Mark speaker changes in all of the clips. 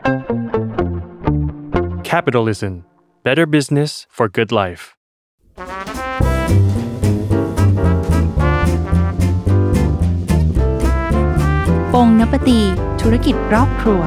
Speaker 1: Capitalism. Better business for good life.
Speaker 2: ปงนปตีธุรกิจรอบครัว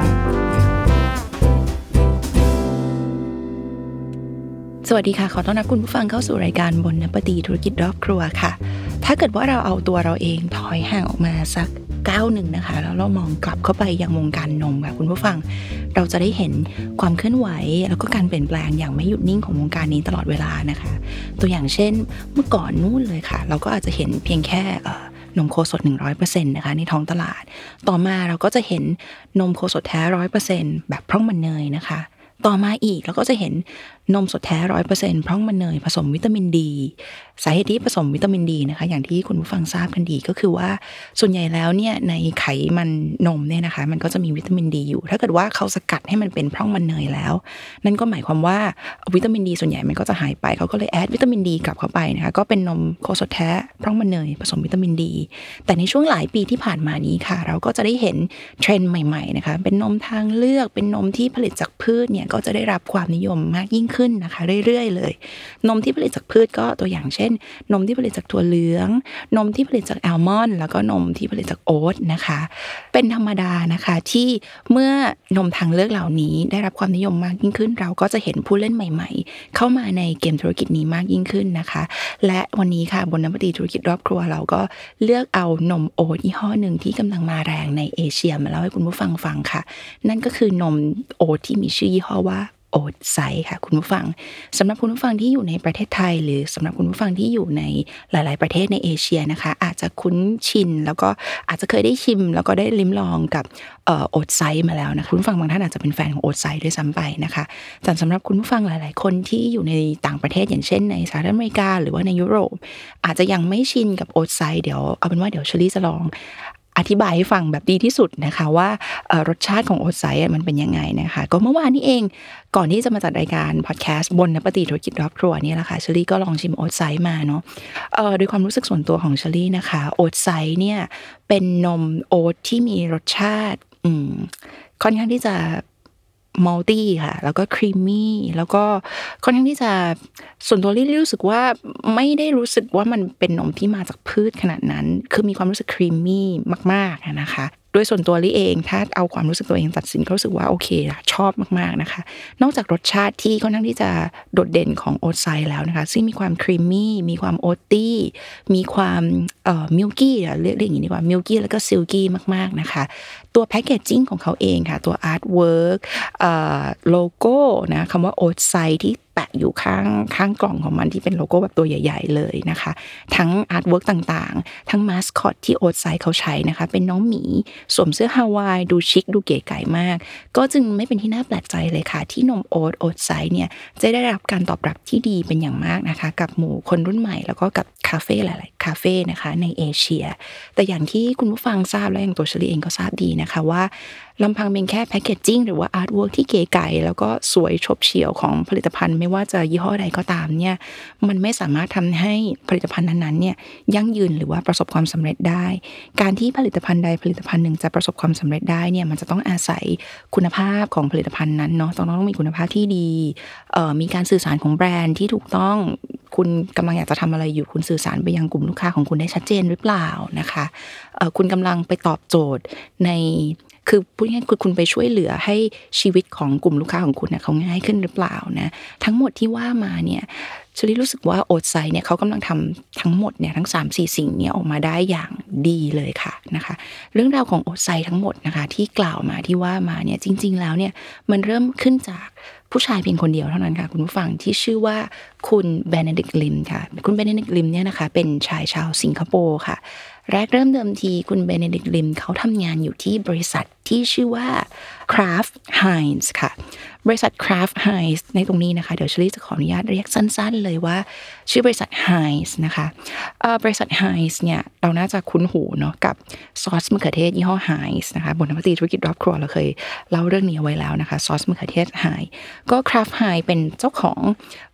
Speaker 2: สวัสดีค่ะขอต้อนรับคุณผู้ฟังเข้าสู่รายการบนนปตีธุรกิจรอบครัวค่ะถ้าเกิดว่าเราเอาตัวเราเองถอยห่างออกมาสักก้าวหนึ่งนะคะแล้วเรามองกลับเข้าไปยังวงการนมค่ะคุณผู้ฟังเราจะได้เห็นความเคลื่อนไหวแล้วก็การเปลี่ยนแปลงอย่างไม่หยุดนิ่งของวงการนี้ตลอดเวลานะคะตัวอย่างเช่นเมื่อก่อนนู่นเลยค่ะเราก็อาจจะเห็นเพียงแค่นมโคสด 100% นะคะในท้องตลาดต่อมาเราก็จะเห็นนมโคสดแท้ 100% แบบพร่องมันเนยนะคะต่อมาอีกเราก็จะเห็นนมสดแท้ 100% พร่องมันเนยผสมวิตามินดีสาเหตุที่ผสมวิตามินดีนะคะอย่างที่คุณผู้ฟังทราบกันดีก็คือว่าส่วนใหญ่แล้วเนี่ยในไขมันนมเนี่ยนะคะมันก็จะมีวิตามินดีอยู่ถ้าเกิดว่าเขาสกัดให้มันเป็นพร่องมันเนยแล้วนั่นก็หมายความว่าวิตามินดีส่วนใหญ่มันก็จะหายไปเขาก็เลยแอดวิตามินดีกลับเข้าไปนะคะก็เป็นนมโคสดแท้พร่องมันเนยผสมวิตามินดีแต่ในช่วงหลายปีที่ผ่านมานี้ค่ะเราก็จะได้เห็นเทรนด์ใหม่ๆนะคะเป็นนมทางเลือกเป็นนมที่ผลิตจากพืชเนี่ยก็จะได้รับความนิยมมากยิ่งขึ้นนะคะเรื่อยๆเลยนมที่ผลิตจากพืชก็ตัวอย่างเช่นนมที่ผลิตจากถั่วเหลืองนมที่ผลิตจากอัลมอนด์แล้วก็นมที่ผลิตจากโอ๊ตนะคะเป็นธรรมดานะคะที่เมื่อนมทางเลือกเหล่านี้ได้รับความนิยมมากยิ่งขึ้นเราก็จะเห็นผู้เล่นใหม่ๆเข้ามาในเกมธุรกิจนี้มากยิ่งขึ้นนะคะและวันนี้ค่ะบนนปตีธุรกิจรอบครัวเราก็เลือกเอานมโอ๊ตยี่ห้อหนึ่งที่กำลังมาแรงในเอเชียมาเล่าให้คุณผู้ฟังฟังค่ะนั่นก็คือนมโอ๊ตที่มีชื่อยี่ห้อว่าโอ๊ตไซส์ค่ะคุณผู้ฟังสำหรับคุณผู้ฟังที่อยู่ในประเทศไทยหรือสำหรับคุณผู้ฟังที่อยู่ในหลายๆประเทศในเอเชียนะคะอาจจะคุ้นชินแล้วก็อาจจะเคยได้ชิมแล้วก็ได้ลิ้มลองกับโอ๊ตไซส์มาแล้วนะคุณผู้ฟังบางท่านอาจจะเป็นแฟนของโอ๊ตไซส์ด้วยซ้ำไปนะคะแต่สำหรับคุณผู้ฟังหลายๆคนที่อยู่ในต่างประเทศอย่างเช่นในสหรัฐอเมริกาหรือว่าในยุโรปอาจจะยังไม่ชินกับโอ๊ตไซส์เดี๋ยวเอาเป็นว่าเดี๋ยวเชอรี่จะลองอธิบายให้ฟังแบบดีที่สุดนะคะว่ารสชาติของโอ๊ตไซส์มันเป็นยังไงนะคะก็เมื่อวานนี้เองก่อนที่จะมาจัดรายการพอดแคสต์บนนปตีธุรกิจรอบครัวนี่แหละค่ะเชอรี่ก็ลองชิมโอ๊ตไซส์มาเนาะโดยความรู้สึกส่วนตัวของเชอรี่นะคะโอ๊ตไซส์เนี่ยเป็นนมโอ๊ตที่มีรสชาติค่อนข้างที่จะมัลตี้ค่ะแล้วก็ครีมมี่แล้วก็ค่อนข้างที่จะส่วนตัวลี่รู้สึกว่าไม่ได้รู้สึกว่ามันเป็นนมที่มาจากพืชขนาดนั้นคือมีความรู้สึกครีมมี่มากๆนะคะโดยส่วนตัวลี่เองถ้าเอาความรู้สึกตัวเองตัดสินก็รู้สึกว่าโอเคชอบมากๆนะคะนอกจากรสชาติที่ค่อนข้างที่จะโดดเด่นของโอ๊ตไซส์แล้วนะคะซึ่งมีความครีมมี่มีความโอ๊ตตี้มีความมิลกี้เรียกอย่างนี้ดีกว่ามิลกี้แล้วก็ซิลกี้มากๆนะคะตัวแพคเกจจิ้งของเขาเองค่ะตัวอาร์ตเวิร์กโลโก้นะคำว่าโอ๊ตไซส์ที่แปะอยู่ข้างกล่องของมันที่เป็นโลโก้แบบตัวใหญ่ๆเลยนะคะทั้งอาร์ตเวิร์กต่างๆทั้งมาสคอตที่โอ๊ตไซส์เขาใช้นะคะเป็นน้องหมีสวมเสื้อฮาวายดูชิคดูเก๋ไก๋มากก็จึงไม่เป็นที่น่าแปลกใจเลยค่ะที่นมโอ๊ตไซส์เนี่ยจะได้รับการตอบรับที่ดีเป็นอย่างมากนะคะกับหมู่คนรุ่นใหม่แล้วก็กับคาเฟ่หลายๆคาเฟ่นะคะในเอเชียแต่อย่างที่คุณผู้ฟังทราบและอย่างตัวเชอรี่เองก็ทราบดีนะคะว่าลำพังเป็นแค่แพคเกจจิ้งหรือว่าอาร์ตเวิร์กที่เก๋ไก๋แล้วก็สวยฉบเฉี่ยวของผลิตภัณฑ์ไม่ว่าจะยี่ห้อใดก็ตามเนี่ยมันไม่สามารถทำให้ผลิตภัณฑ์นั้นๆเนี่ยยั่งยืนหรือว่าประสบความสำเร็จได้การที่ผลิตภัณฑ์ใดผลิตภัณฑ์หนึ่งจะประสบความสำเร็จได้เนี่ยมันจะต้องอาศัยคุณภาพของผลิตภัณฑ์นั้นเนาะต้องมีคุณภาพที่ดีมีการสื่อสารของแบรนด์ที่ถูกต้องคุณกำลังอยากจะทำอะไรอยู่คุณสื่อสารไปยังกลุ่มลูกค้าของคุณได้ชัดเจนหรือเปล่านะคะคุณกำลังไปตอบโจทย์ในคือพูดง่ายๆคือคุณไปช่วยเหลือให้ชีวิตของกลุ่มลูกค้าของคุณเนี่ยเขาง่ายขึ้นหรือเปล่านะทั้งหมดที่ว่ามาเนี่ยเชอรี่รู้สึกว่าโอ๊ตไซส์เนี่ยเขากำลังทำทั้งหมดเนี่ยทั้ง 3-4 สิ่งเนี่ยออกมาได้อย่างดีเลยค่ะนะคะเรื่องราวของโอ๊ตไซส์ทั้งหมดนะคะที่กล่าวมาที่ว่ามาเนี่ยจริงๆแล้วเนี่ยมันเริ่มขึ้นจากผู้ชายเพียงคนเดียวเท่านั้นค่ะคุณผู้ฟังที่ชื่อว่าคุณเบเนดิกต์ลิมค่ะคุณเบเนดิกต์ลิมเนี่ยนะคะเป็นชายชาวสิงคโปร์ค่ะแรกเริ่มเดิมทีคุณเบเนดิกต์ลิมเขาทำงานอยู่ที่บริษัทที่ชื่อว่า Kraft Heinz ค่ะบริษัท Kraft Heinz ในตรงนี้นะคะเดี๋ยวเชอรี่จะขออนุญาตเรียกสั้นๆเลยว่าชื่อบริษัท Heinz นะคะบริษัท Heinz เนี่ยเราน่าจะคุ้นหูเนาะกับซอสมะเขือเทศยี่ห้อ Heinz นะคะบนนปตีธุรกิจรอบครัวเราเคยเล่าเรื่องนี้ไว้แล้วนะคะซอสมะเขือเทศ Heinz ก็ Kraft Heinz เป็นเจ้าของ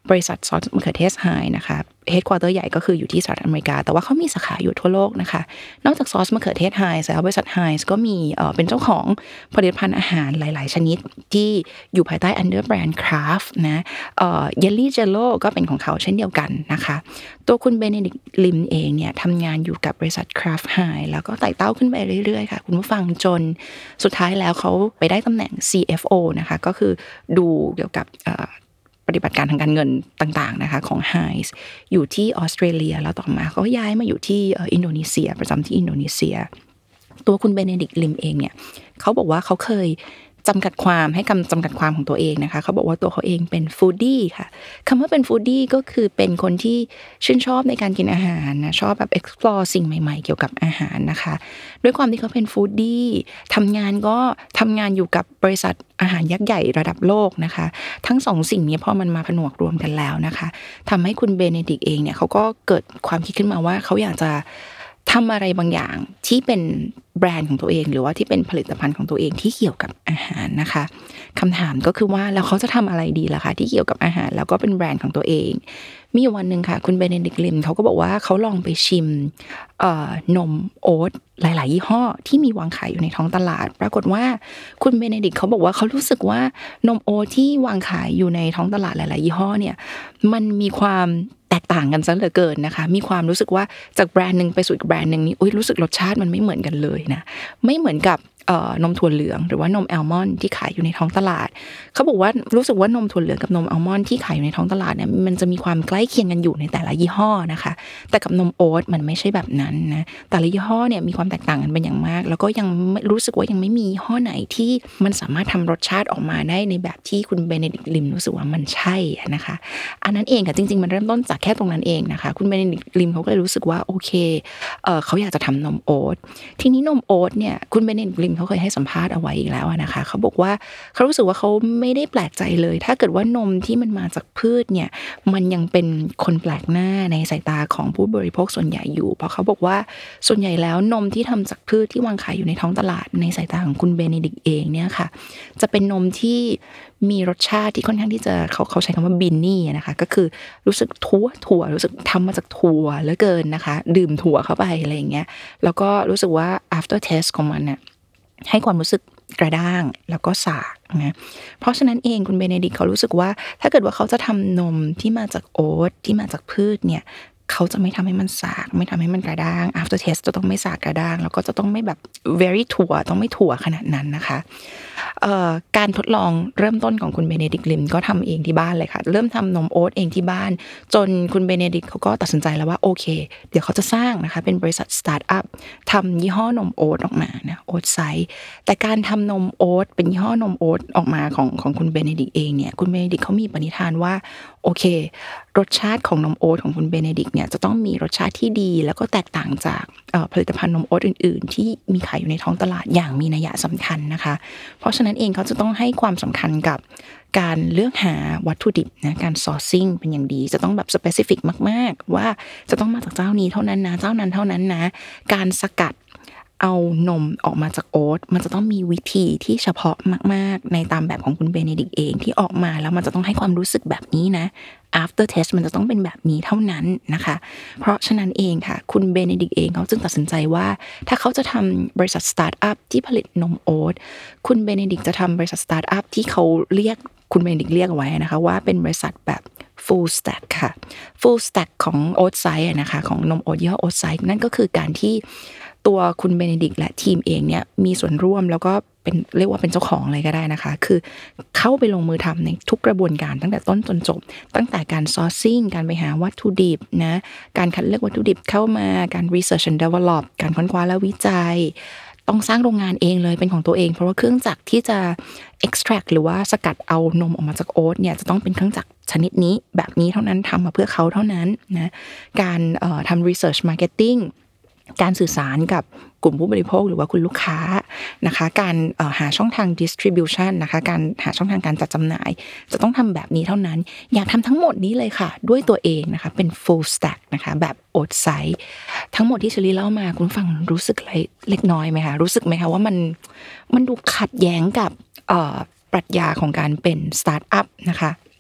Speaker 2: บริษัทซอสมะเขือเทศไฮนะคะเฮดควอเตอร์ใหญ่ก็คืออยู่ที่สหรัฐอเมริกาแต่ว่าเขามีสาขาอยู่ทั่วโลกนะคะนอกจากซอสมะเขือเทศไฮแล้วบริษัทไฮก็มีเป็นเจ้าของผลิตภัณฑ์อาหารหลายๆชนิดที่อยู่ภายใต้ under brand Kraft นะเยลลี่เจลโล่ก็เป็นของเขาเช่นเดียวกันนะคะตัวคุณเบเนดิกต์ลิมเองเนี่ยทำงานอยู่กับบริษัท Kraft Heinz แล้วก็ไต่เต้าขึ้นไปเรื่อยๆค่ะคุณผู้ฟังจนสุดท้ายแล้วเขาไปได้ตำแหน่ง CFO นะคะก็คือดูเกี่ยวกับปฏิบัติการทางการเงินต่างๆนะคะของ Heinz อยู่ที่ออสเตรเลียแล้วต่อมาเขาย้ายมาอยู่ที่อินโดนีเซียประจำที่อินโดนีเซียตัวคุณเบเนดิกต์ลิมเองเนี่ยเขาบอกว่าเขาเคยจำกัดความให้คำจำกัดความของตัวเองนะคะเขาบอกว่าตัวเขาเองเป็นฟู้ดี้ค่ะคำว่าเป็นฟู้ดี้ก็คือเป็นคนที่ชื่นชอบในการกินอาหารนะชอบแบบ explore สิ่งใหม่ๆเกี่ยวกับอาหารนะคะด้วยความที่เขาเป็นฟู้ดี้ทำงานอยู่กับบริษัทอาหารยักษ์ใหญ่ระดับโลกนะคะทั้งสองสิ่งนี้พอมันมาผนวกรวมกันแล้วนะคะทำให้คุณเบเนดิกต์เองเนี่ยเขาก็เกิดความคิดขึ้นมาว่าเขาอยากจะทำอะไรบางอย่างที่เป็นแบรนด์ของตัวเองหรือว่าที่เป็นผลิตภัณฑ์ของตัวเองที่เกี่ยวกับอาหารนะคะคำถามก็คือว่าแล้วเขาจะทำอะไรดีล่ะคะที่เกี่ยวกับอาหารแล้วก็เป็นแบรนด์ของตัวเองมีอยู่วันนึงค่ะคุณเบเนดิกต์ลิมเขาก็บอกว่าเขาลองไปชิมนมโอ๊ตหลายๆยี่ห้อที่มีวางขายอยู่ในท้องตลาดปรากฏว่าคุณเบเนดิกต์เขาบอกว่าเขารู้สึกว่านมโอ๊ตที่วางขายอยู่ในท้องตลาดหลายๆยี่ห้อเนี่ยมันมีความแตกต่างกันซะเหลือเกินนะคะมีความรู้สึกว่าจากแบรนด์นึงไปสู่อีกแบรนด์นึงนี่รู้สึกรสชาติมันไม่เหมือนกันเลยนะไม่เหมือนกับนมถั่วเหลืองหรือว่านมอัลมอนด์ที่ขายอยู่ในท้องตลาดเขาบอกว่ารู้สึกว่านมถั่วเหลืองกับนมอัลมอนด์ที่ขายอยู่ในท้องตลาดเนี่ยมันจะมีความใกล้เคียงกันอยู่ในแต่ละยี่ห้อนะคะแต่กับนมโอ๊ตมันไม่ใช่แบบนั้นนะแต่ละยี่ห้อเนี่ยมีความแตกต่างกันเป็นอย่างมากแล้วก็ยังรู้สึกว่ายังไม่มียี่ห้อไหนที่มันสามารถทำรสชาติออกมาได้ในแบบที่คุณเบเนดิกต์ลิมรู้สึกว่ามันใช่นะคะอันนั้นเองค่ะจริงๆมันเริ่มต้นจากแค่ตรงนั้นเองนะคะคุณเบเนดิกต์ลิมเขาก็เลยรู้สึกว่าโอเคเขาอยากจะทำนมโอ๊ตทีนี้นมโอ๊ตเนี่ยคุณเบเนดิกต์ลิมเขาเคยให้สัมภาษณ์เอาไว้อีกแล้วนะคะเขาบอกว่าเขารู้สึกว่าเขาไม่ได้แปลกใจเลยถ้าเกิดว่านมที่มันมาจากพืชเนี่ยมันยังเป็นคนแปลกหน้าในสายตาของผู้บริโภคส่วนใหญ่อยู่เพราะเขาบอกว่าส่วนใหญ่แล้วนมที่ทำจากพืชที่วางขายอยู่ในท้องตลาดในสายตาของคุณเบเนดิกต์เองเนี่ยค่ะจะเป็นนมที่มีรสชาติที่ค่อนข้างที่จะเขาใช้คำว่าบินนี่นะคะก็คือรู้สึกถั่วรู้สึกทำมาจากถั่วเหลือเกินนะคะดื่มถั่วเข้าไปอะไรอย่างเงี้ยแล้วก็รู้สึกว่า after taste ของมันเนี่ยให้ความรู้สึกกระด้างแล้วก็สากนะเพราะฉะนั้นเองคุณเบเนดิกต์เขารู้สึกว่าถ้าเกิดว่าเขาจะทำนมที่มาจากโอ๊ตที่มาจากพืชเนี่ยเขาจะไม่ทำให้มันสากไม่ทำให้มันกระด้าง after taste จะต้องไม่สากกระด้างแล้วก็จะต้องไม่แบบ very ถั่วต้องไม่ถั่วขนาดนั้นนะคะการทดลองเริ่มต้นของคุณเบเนดิกต์ลิมก็ทำเองที่บ้านเลยค่ะเริ่มทำนมโอ๊ตเองที่บ้านจนคุณเบเนดิกต์เขาก็ตัดสินใจแล้วว่าโอเคเดี๋ยวเขาจะสร้างนะคะเป็นบริษัทสตาร์ทอัพทำยี่ห้อนมโอ๊ตออกมานะโอ๊ตไซส์แต่การทำนมโอ๊ตเป็นยี่ห้อนมโอ๊ตออกมาของคุณเบเนดิกต์เองเนี่ยคุณเบเนดิกต์เขามีปณิธานว่าโอเครสชาติของนมโอ๊ตของคุณเบเนดิกต์เนี่ยจะต้องมีรสชาติที่ดีแล้วก็แตกต่างจากผลิตภัณฑ์นมโอ๊ตอื่นๆที่มีขายอยู่ในท้องตลาดอย่างมีนัยสำคัญนะคะเพราะฉะนั้นเองเขาจะต้องให้ความสำคัญกับการเลือกหาวัตถุดิบนะการ sourcing เป็นอย่างดีจะต้องแบบ specific มากๆว่าจะต้องมาจากเจ้านี้เท่านั้นนะเจ้านั้นเท่านั้นนะการสกัดเอานมออกมาจากโอ๊ตมันจะต้องมีวิธีที่เฉพาะมากๆในตามแบบของคุณเบเนดิกต์เองที่ออกมาแล้วมันจะต้องให้ความรู้สึกแบบนี้นะ after taste มันจะต้องเป็นแบบนี้เท่านั้นนะคะเพราะฉะนั้นเองค่ะคุณเบเนดิกต์เองเขาจึงตัดสินใจว่าถ้าเขาจะทำบริษัทสตาร์ทอัพที่ผลิตนมโอ๊ตคุณเบเนดิกต์จะทำบริษัทสตาร์ทอัพที่เขาเรียกคุณเบเนดิกต์เรียกเอาไว้นะคะว่าเป็นบริษัทแบบ full stack ค่ะ full stack ของโอ๊ตไซส์นะคะของนมโอ๊ตยี่ห้อโอ๊ตไซส์นั่นก็คือการที่ตัวคุณเบเนดิกต์และทีมเองเนี่ยมีส่วนร่วมแล้วก็เป็นเรียกว่าเป็นเจ้าของเลยก็ได้นะคะคือเข้าไปลงมือทำในทุกกระบวนการตั้งแต่ต้นจนจบตั้งแต่การ sourcing การไปหาวัตถุดิบนะการคัดเลือกวัตถุดิบเข้ามาการ research and develop การค้นคว้าและวิจัยต้องสร้างโรงงานเองเลยเป็นของตัวเองเพราะว่าเครื่องจักรที่จะ extract หรือว่าสกัดเอานมออกมาจากโอ๊ตเนี่ยจะต้องเป็นเครื่องจักรชนิดนี้แบบนี้เท่านั้นทำมาเพื่อเขาเท่านั้นนะการทำ research marketing การสื่อสารกับกลุ่มผู้บริโภคหรือว่าคุณลูกค้านะคะการหาช่องทาง distribution นะคะการหาช่องทางการจัดจำหน่ายจะต้องทำแบบนี้เท่านั้นอยากทำทั้งหมดนี้เลยค่ะด้วยตัวเองนะคะเป็น full stack นะคะแบบโอ๊ตไซส์ทั้งหมดที่เชอรี่เล่ามาคุณฟังรู้สึกอะไรเล็กน้อยไหมคะรู้สึกไหมคะว่ามันดูขัดแย้งกับปรัชญาของการเป็นสตาร์ทอัพนะคะ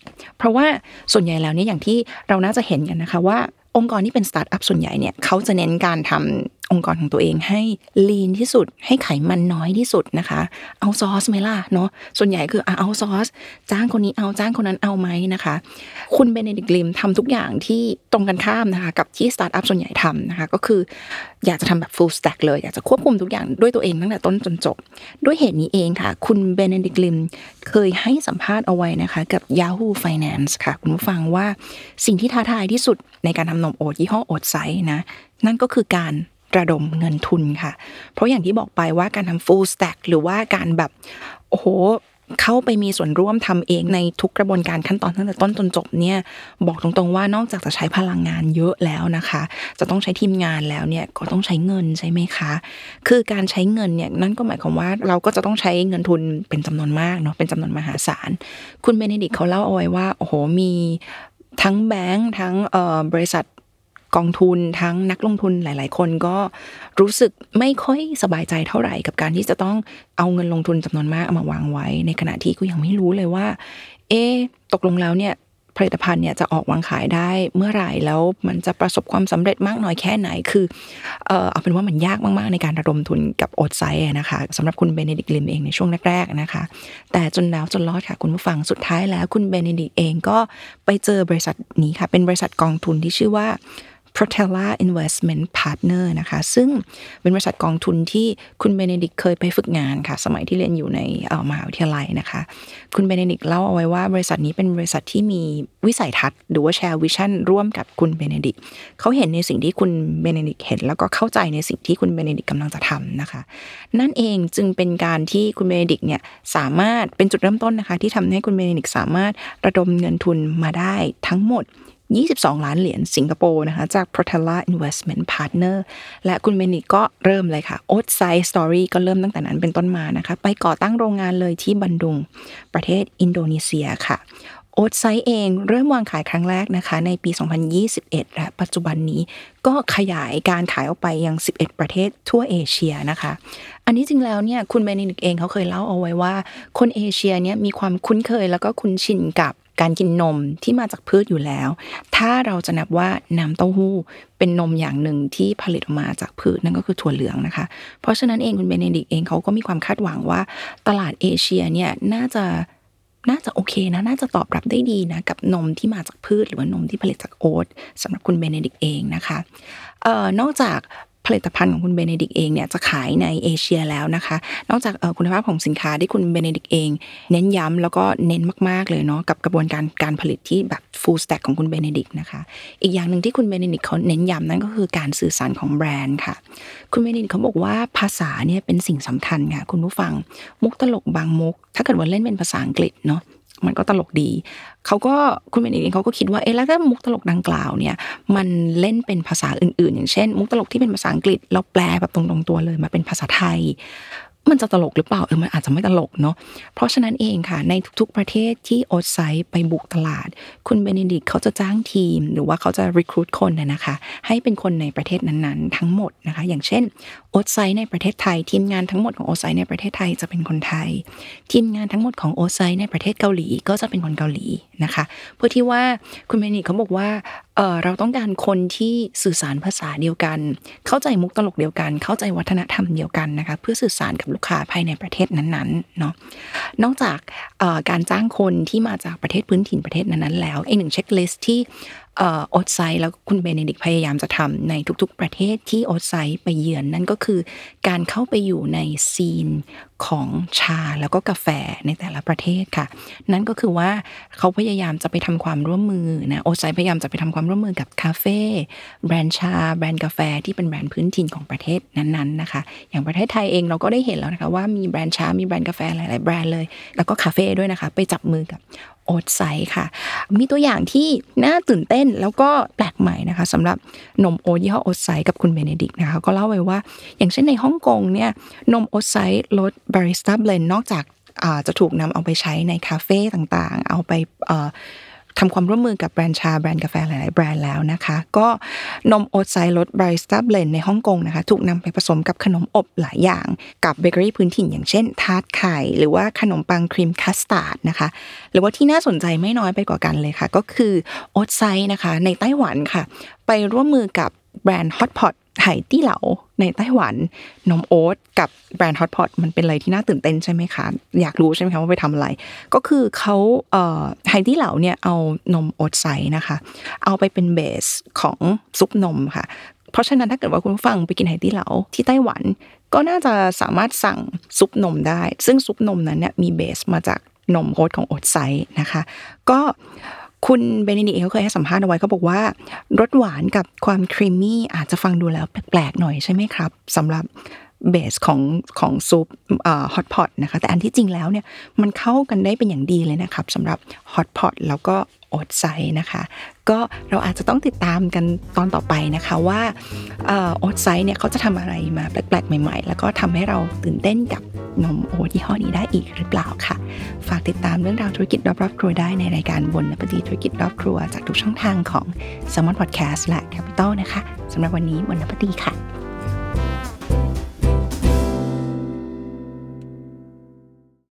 Speaker 2: เพราะว่าส่วนใหญ่แล้วเนี่ยอย่างที่เราน่าจะเห็นกันนะคะว่าองค์กรที่เป็นสตาร์ทอัพส่วนใหญ่เนี่ยเขาจะเน้นการทำองค์กรของตัวเองให้ lean ที่สุดให้ไขมันน้อยที่สุดนะคะเอาซอร์สไหมล่ะเนาะส่วนใหญ่คือเอาซอร์สจ้างคนนี้เอาจ้างคนนั้นเอาไหมนะคะคุณเบเนดิกต์ลิมทำทุกอย่างที่ตรงกันข้ามนะคะกับที่สตาร์ทอัพส่วนใหญ่ทำนะคะก็คืออยากจะทำแบบ full stack เลยอยากจะควบคุมทุกอย่างด้วยตัวเองตั้งแต่ต้นจนจบด้วยเหตุนี้เองค่ะคุณเบเนดิกต์ลิมเคยให้สัมภาษณ์เอาไว้นะคะกับ Yahoo Finance ค่ะคุณผู้ฟังว่าสิ่งที่ท้าทายที่สุดในการทำนมโอ๊ตยี่ห้อโอ๊ตไซส์นะนั่นก็คือการระดมเงินทุนค่ะเพราะอย่างที่บอกไปว่าการทำ full stack หรือว่าการแบบโอ้โหเข้าไปมีส่วนร่วมทำเองในทุกกระบวนการขั้นตอนตั้งแต่ต้นจนจบเนี่ยบอกตรงๆว่านอกจากจะใช้พลังงานเยอะแล้วนะคะจะต้องใช้ทีมงานแล้วเนี่ยก็ต้องใช้เงินใช่ไหมคะคือการใช้เงินเนี่ยนั่นก็หมายความว่าเราก็จะต้องใช้เงินทุนเป็นจำนวนมากเนาะเป็นจำนวนมหาศาลคุณเบเนดิกต์เขาเล่าเอาไว้ว่าโอ้โหมีทั้งแบงค์ทั้งบริษัทกองทุนทั้งนักลงทุนหลายๆคนก็รู้สึกไม่ค่อยสบายใจเท่าไหร่กับการที่จะต้องเอาเงินลงทุนจำนวนมากเอามาวางไว้ในขณะที่ก็ยังไม่รู้เลยว่าตกลงแล้วเนี่ยผลิตภัณฑ์เนี่ยจะออกวางขายได้เมื่อไหร่แล้วมันจะประสบความสำเร็จมากน้อยแค่ไหนคือเอาเป็นว่ามันยากมากๆในการระดมทุนกับโอ๊ตไซส์นะคะสำหรับคุณเบเนดิกต์ลิมเองในช่วงแรกๆนะคะแต่จนแล้วจนรอดค่ะคุณผู้ฟังสุดท้ายแล้วคุณเบเนดิกต์เองก็ไปเจอบริษัทนี้ค่ะเป็นบริษัทกองทุนที่ชื่อว่าProtella Investment Partner นะคะซึ่งเป็นบริษัทกองทุนที่คุณเบเนดิกต์เคยไปฝึกงานค่ะสมัยที่เรียนอยู่ในมหาวิทยาลัยนะคะคุณเบเนดิกต์เล่าเอาไว้ว่าบริษัทนี้เป็นบริษัทที่มีวิสัยทัศน์หรือว่าแชร์วิชั่นร่วมกับคุณเบเนดิกต์เขาเห็นในสิ่งที่คุณเบเนดิกต์เห็นแล้วก็เข้าใจในสิ่งที่คุณเบเนดิกต์กำลังจะทำนะคะนั่นเองจึงเป็นการที่คุณเบเนดิกต์เนี่ยสามารถเป็นจุดเริ่มต้นนะคะที่ทำให้คุณเบเนดิกต์สามารถระดมเงินทุนมาได้ทั้งหมด22 ล้านเหรียญสิงคโปร์นะคะจาก Protella Investment Partner และคุณเบนนิกก็เริ่มเลยค่ะ Outside Story ก็เริ่มตั้งแต่นั้นเป็นต้นมานะคะไปก่อตั้งโรงงานเลยที่บันดุงประเทศอินโดนีเซียค่ะโอ๊ตไซส์เองเริ่มวางขายครั้งแรกนะคะในปี 2021 และปัจจุบันนี้ก็ขยายการขายออกไปยัง11 ประเทศทั่วเอเชียนะคะอันนี้จริงแล้วเนี่ยคุณเบนนิกเองเขาเคยเล่าเอาไว้ว่าคนเอเชียเนี่ยมีความคุ้นเคยแล้วก็คุ้นชินกับการกินนมที่มาจากพืชอยู่แล้วถ้าเราจะนับว่าน้ำเต้าหู้เป็นนมอย่างหนึ่งที่ผลิตออกมาจากพืชนั่นก็คือถั่วเหลืองนะคะเพราะฉะนั้นเองคุณเบเนดิกต์เองเขาก็มีความคาดหวังว่าตลาดเอเชียเนี่ยน่าจะโอเคนะน่าจะตอบรับได้ดีนะกับนมที่มาจากพืชหรือว่านมที่ผลิตจากโอ๊ตสำหรับคุณเบเนดิกต์เองนะคะนอกจากผลิตภัณฑ์ของคุณเบเนดิกต์เองเนี่ยจะขายในเอเชียแล้วนะคะนอกจากคุณภาพของสินค้าที่คุณเบเนดิกต์เองเน้นย้ำแล้วก็เน้นมากๆเลยเนาะกับกระบวนการผลิตที่แบบ full stack ของคุณเบเนดิกต์นะคะอีกอย่างหนึ่งที่คุณเบเนดิกต์เขาเน้นย้ำนั่นก็คือการสื่อสารของแบรนด์ค่ะคุณเบเนดิกต์เขาบอกว่าภาษาเนี่ยเป็นสิ่งสำคัญค่ะคุณผู้ฟังมุกตลกบางมุกถ้าเกิดว่าเล่นเป็นภาษาอังกฤษเนาะมันก็ตลกดีคุณเบนเองเขาก็คิดว่าแล้วถ้ามุกตลกดังกล่าวเนี่ยมันเล่นเป็นภาษาอื่นๆอย่างเช่นมุกตลกที่เป็นภาษาอังกฤษแล้วแปลแบบตรงๆตัวเลยมาเป็นภาษาไทยมันจะตลกหรือเปล่ามันอาจจะไม่ตลกเนาะเพราะฉะนั้นเองค่ะในทุกๆประเทศที่โอ๊ตไซส์ไปบุกตลาดคุณเบเนดิกต์เขาจะจ้างทีมหรือว่าเขาจะรีครูทคนนะคะให้เป็นคนในประเทศนั้นๆทั้งหมดนะคะอย่างเช่นโอ๊ตไซส์ในประเทศไทยทีมงานทั้งหมดของโอ๊ตไซส์ในประเทศไทยจะเป็นคนไทยทีมงานทั้งหมดของโอ๊ตไซส์ในประเทศเกาหลีก็จะเป็นคนเกาหลีนะคะเพื่อที่ว่าคุณเบเนดิกต์เขาบอกว่าเราต้องการคนที่สื่อสารภาษาเดียวกันเข้าใจมุกตลกเดียวกันเข้าใจวัฒนธรรมเดียวกันนะคะเพื่อสื่อสารกับลูกค้าภายในประเทศนั้นๆเนาะนอกจากการจ้างคนที่มาจากประเทศพื้นถิ่นประเทศนั้นๆแล้วอีกหนึ่งเช็คลิสต์ที่โอ๊ตไซส์แล้วคุณเบเนดิกต์พยายามจะทำในทุกๆประเทศที่โอ๊ตไซส์ไปเยือนนั่นก็คือการเข้าไปอยู่ในซีนของชาแล้วก็กาแฟในแต่ละประเทศค่ะนั่นก็คือว่าเขาพยายามจะไปทำความร่วมมือนะโอ๊ตไซส์พยายามจะไปทำความร่วมมือกับคาเฟ่แบรนด์ชาแบรนด์กาแฟที่เป็นแบรนด์พื้นถิ่นของประเทศนั้นๆนะคะอย่างประเทศไทยเองเราก็ได้เห็นแล้วนะคะว่ามีแบรนด์ชามีแบรนด์กาแฟหลายๆแบรนด์เลยแล้วก็คาเฟ่ด้วยนะคะไปจับมือกับโอ๊ตไซส์ค่ะมีตัวอย่างที่น่าตื่นเต้นแล้วก็แปลกใหม่นะคะสำหรับนมโอ๊ตยี่ห้อโอ๊ตไซส์กับคุณเบเนดิกต์นะคะก็เล่าไว้ว่าอย่างเช่นในฮ่องกงเนี่ยนมโอ๊ตไซส์รสบาริสต้าเบลนด์นอกจากจะถูกนำเอาไปใช้ในคาเฟ่ต่างๆเอาไปทำความร่วมมือกับแบรนด์ชาแบรนด์กาแฟหลายๆแบรนด์แล้วนะคะก็นมโอ๊ตไซส์รสบาริสต้าเบลนด์ในฮ่องกงนะคะถูกนำไปผสมกับขนมอบหลายอย่างกับเบเกอรี่พื้นถิ่นอย่างเช่นทาร์ตไข่หรือว่าขนมปังครีมคัสตาร์ดนะคะหรือว่าที่น่าสนใจไม่น้อยไปกว่ากันเลยค่ะก็คือโอ๊ตไซส์นะคะในไต้หวันค่ะไปร่วมมือกับแบรนด์ฮอตพอตไหตี้เหลาในไต้หวันนมโอ๊ตกับแบรนด์ฮอตพอตมันเป็นอะไรที่น่าตื่นเต้นใช่ไหมคะอยากรู้ใช่ไหมคะว่าไปทำอะไรก็คือเขาไหตี้เหลาเนี่ยเอานมโอ๊ตไซส์นะคะเอาไปเป็นเบสของซุปนมค่ะเพราะฉะนั้นถ้าเกิดว่าคุณผู้ฟังไปกินไหตี้เหลาที่ไต้หวันก็น่าจะสามารถสั่งซุปนมได้ซึ่งซุปนมนั้นเนี่ยมีเบสมาจากนมโอ๊ตของโอ๊ตไซส์นะคะก็คุณเบเนดิกต์เขาเคยให้สัมภาษณ์เอาไว้เขาบอกว่ารสหวานกับความครีมมี่อาจจะฟังดูแล้วแปลกๆหน่อยใช่ไหมครับสำหรับเบสของซุปฮอตพอตนะคะแต่อันที่จริงแล้วเนี่ยมันเข้ากันได้เป็นอย่างดีเลยนะครับสำหรับฮอตพอตแล้วก็โอ๊ตไซส์นะคะก็เราอาจจะต้องติดตามกันตอนต่อไปนะคะว่าโอ๊ตไซส์เนี่ยเขาจะทำอะไรมาแปลกๆใหม่ๆแล้วก็ทำให้เราตื่นเต้นกับนมโอ๊ตยี่ห้อนี้ได้อีกหรือเปล่าค่ะฝากติดตามเรื่องราวธุรกิจรอบๆครัวได้ในรายการบนนปฏิธุรกิจรอบครัวจากทุกช่องทางของ Salmon Podcast และ Capital นะคะสำหรับวันนี้บนนปฏิค่ะ